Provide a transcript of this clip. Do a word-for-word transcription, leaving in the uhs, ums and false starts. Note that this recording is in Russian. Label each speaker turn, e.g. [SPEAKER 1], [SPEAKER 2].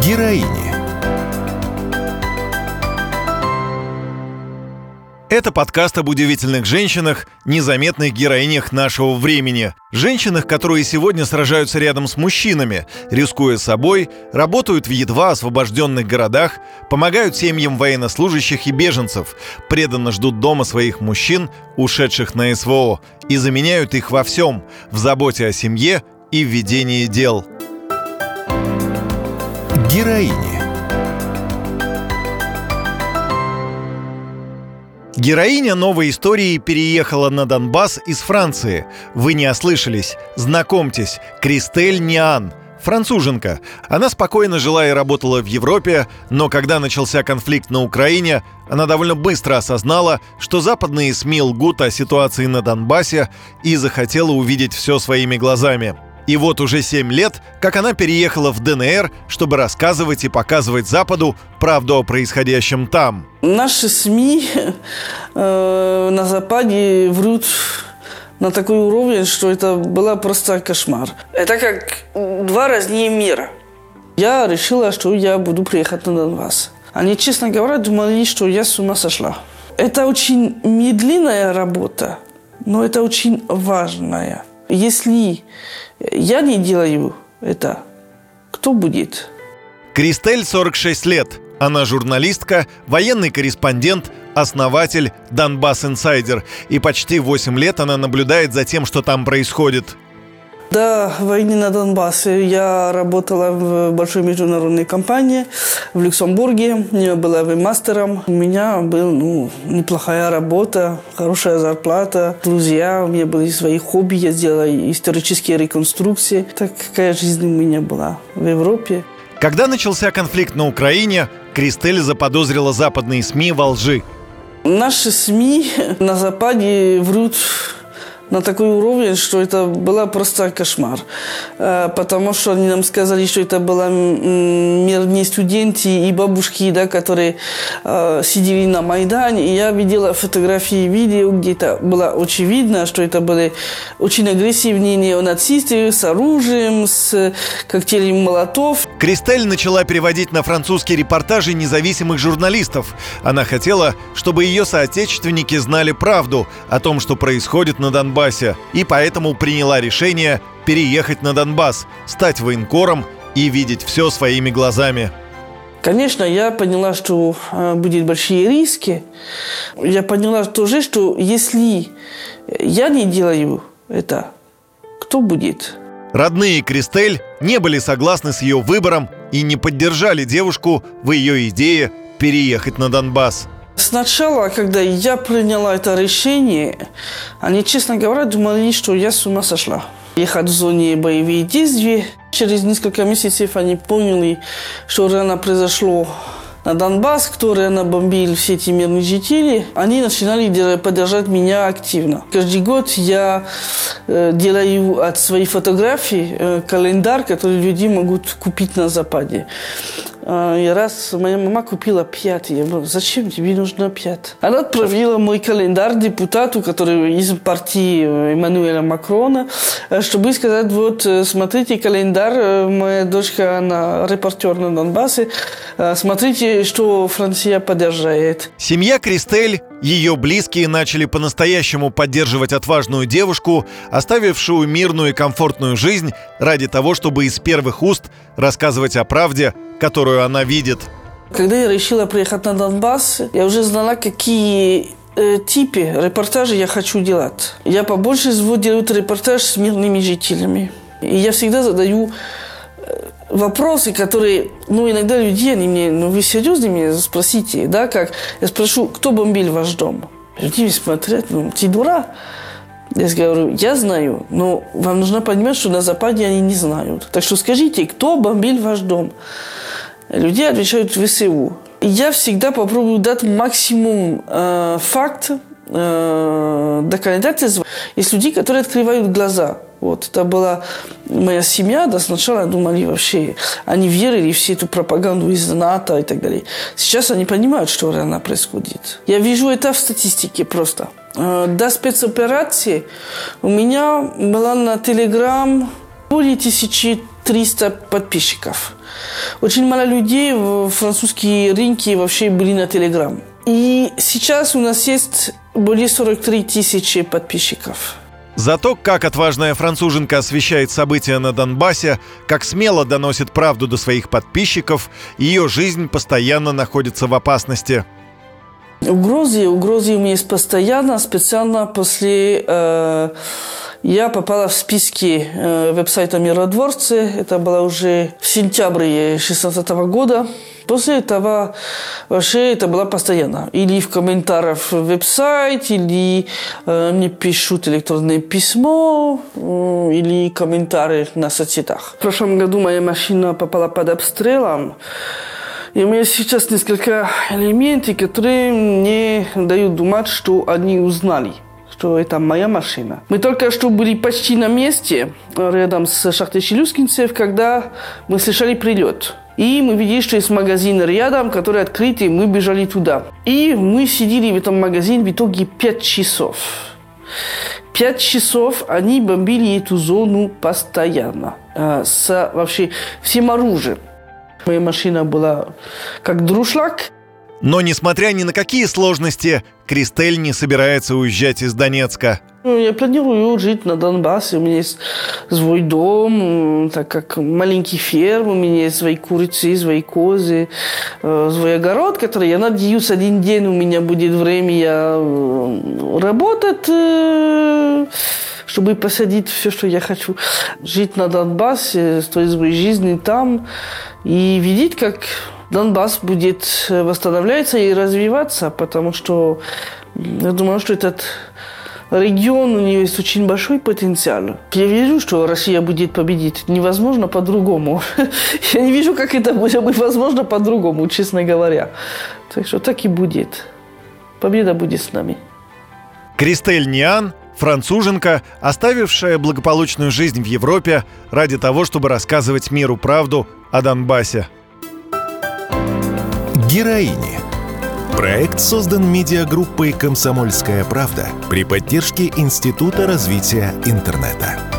[SPEAKER 1] Героини. Это подкаст об удивительных женщинах, незаметных героинях нашего времени. Женщинах, которые сегодня сражаются рядом с мужчинами, рискуя собой, работают в едва освобожденных городах, помогают семьям военнослужащих и беженцев, преданно ждут дома своих мужчин, ушедших на СВО, и заменяют их во всем – в заботе о семье и в ведении дел. Героини. Героиня новой истории переехала на Донбасс из Франции. Вы не ослышались. Знакомьтесь, Кристель Ниан, француженка. Она спокойно жила и работала в Европе, но когда начался конфликт на Украине, она довольно быстро осознала, что западные СМИ лгут о ситуации на Донбассе, и захотела увидеть все своими глазами. И вот уже семь лет, как она переехала в ДНР, чтобы рассказывать и показывать Западу правду о происходящем там.
[SPEAKER 2] Наши СМИ э, на Западе врут на такой уровень, что это был просто кошмар. Это как два разных мира. Я решила, что я буду приехать на Донбасс. Они, честно говоря, думали, что я с ума сошла. Это очень медленная работа, но это очень важная. Если я не делаю это, кто будет?
[SPEAKER 1] Кристель сорок шесть лет. Она журналистка, военный корреспондент, основатель «Донбасс Инсайдер». И почти восемь лет она наблюдает за тем, что там происходит.
[SPEAKER 2] До войны на Донбассе я работала в большой международной компании в Люксембурге. Я была веб-мастером. У меня была ну, неплохая работа, хорошая зарплата, друзья. У меня были свои хобби. Я сделала исторические реконструкции. Такая жизнь у меня была в Европе.
[SPEAKER 1] Когда начался конфликт на Украине, Кристель заподозрила западные СМИ во лжи.
[SPEAKER 2] Наши СМИ на Западе врут на такой уровень, что это был просто кошмар. Потому что они нам сказали, что это были мирные студенты и бабушки, да, которые сидели на Майдане. И я видела фотографии и видео, где это было очевидно, что это были очень агрессивные неонацисты с оружием, с коктейлями молотов.
[SPEAKER 1] Кристель начала переводить на французский репортажи независимых журналистов. Она хотела, чтобы ее соотечественники знали правду о том, что происходит на Донбассе. И поэтому приняла решение переехать на Донбасс, стать военкором и видеть все своими глазами.
[SPEAKER 2] Конечно, я поняла, что э, будут большие риски. Я поняла тоже, что если я не делаю это, кто будет?
[SPEAKER 1] Родные Кристель не были согласны с ее выбором и не поддержали девушку в ее идее переехать на Донбасс.
[SPEAKER 2] Сначала, когда я приняла это решение, они, честно говоря, думали, что я с ума сошла. Ехать в зоне боевых действий. Через несколько месяцев они поняли, что рано произошло на Донбасс, который рано бомбили все эти мирные жители. Они начинали поддержать меня активно. Каждый год я э, делаю от своих фотографий э, календарь, который люди могут купить на Западе. И раз моя мама купила пять, я говорю, зачем тебе нужно пять? Она отправила мой календарь депутату, который из партии Эммануэля Макрона, чтобы сказать, вот, смотрите календарь, моя дочка, она репортер на Донбассе, смотрите, что Франция поддерживает.
[SPEAKER 1] Семья Кристель, ее близкие начали по-настоящему поддерживать отважную девушку, оставившую мирную и комфортную жизнь ради того, чтобы из первых уст рассказывать о правде, которую она видит.
[SPEAKER 2] Когда я решила приехать на Донбасс, я уже знала, какие э, типы репортажей я хочу делать. Я побольше всего делаю репортаж с мирными жителями. И я всегда задаю э, вопросы, которые, ну, иногда люди, они мне, ну, вы серьезно меня спросите, да, как? Я спрошу, кто бомбил ваш дом? Люди смотрят, ну, ты дура. Я говорю, я знаю, но вам нужно понимать, что на Западе они не знают. Так что скажите, кто бомбил ваш дом? Люди отвечают ВСУ. Я всегда попробую дать максимум э, фактов, э, доказательств. Есть люди, которые открывают глаза. Вот, это была моя семья, да, сначала думали вообще, они верили в всю эту пропаганду из НАТО и так далее. Сейчас они понимают, что реально происходит. Я вижу это в статистике просто. До спецоперации у меня была на Телеграм более тысячи триста подписчиков. Очень мало людей в французские рынки вообще были на Telegram. И сейчас у нас есть более сорок три тысячи подписчиков.
[SPEAKER 1] За то, как отважная француженка освещает события на Донбассе, как смело доносит правду до своих подписчиков, ее жизнь постоянно находится в опасности.
[SPEAKER 2] Угрозы, угрозы у меня есть постоянно, специально после... Э, я попала в списки э, веб-сайта «Миротворцы». Это было уже в сентябре две тысячи шестнадцатого года. После этого вообще это было постоянно. Или в комментариях в веб-сайте, или э, мне пишут электронное письмо, э, или комментарии на соцсетях. В прошлом году моя машина попала под обстрелом. И у меня сейчас несколько элементов, которые мне дают думать, что они узнали, что это моя машина. Мы только что были почти на месте, рядом с шахтой Челюскинцев, когда мы слышали прилет. И мы видели, что есть магазин рядом, который открыт, и мы бежали туда. И мы сидели в этом магазине в итоге пять часов. Пять часов они бомбили эту зону постоянно. С вообще всем оружием. Моя машина была как друшлаг.
[SPEAKER 1] Но, несмотря ни на какие сложности, Кристель не собирается уезжать из Донецка.
[SPEAKER 2] Я планирую жить на Донбассе. У меня есть свой дом, так как маленький ферм, у меня есть свои курицы, свои козы, свой огород, который, я надеюсь, один день у меня будет время работать, чтобы посадить все, что я хочу. Жить на Донбассе, строить свою жизнь там и видеть, как Донбасс будет восстанавливаться и развиваться, потому что я думаю, что этот регион, у него есть очень большой потенциал. Я верю, что Россия будет победить. Невозможно по-другому. Я не вижу, как это будет быть возможно по-другому, честно говоря. Так что так и будет. Победа будет с нами.
[SPEAKER 1] Кристель Ниан – француженка, оставившая благополучную жизнь в Европе ради того, чтобы рассказывать миру правду о Донбассе.
[SPEAKER 3] Героини. Проект создан медиагруппой «Комсомольская правда» при поддержке Института развития интернета.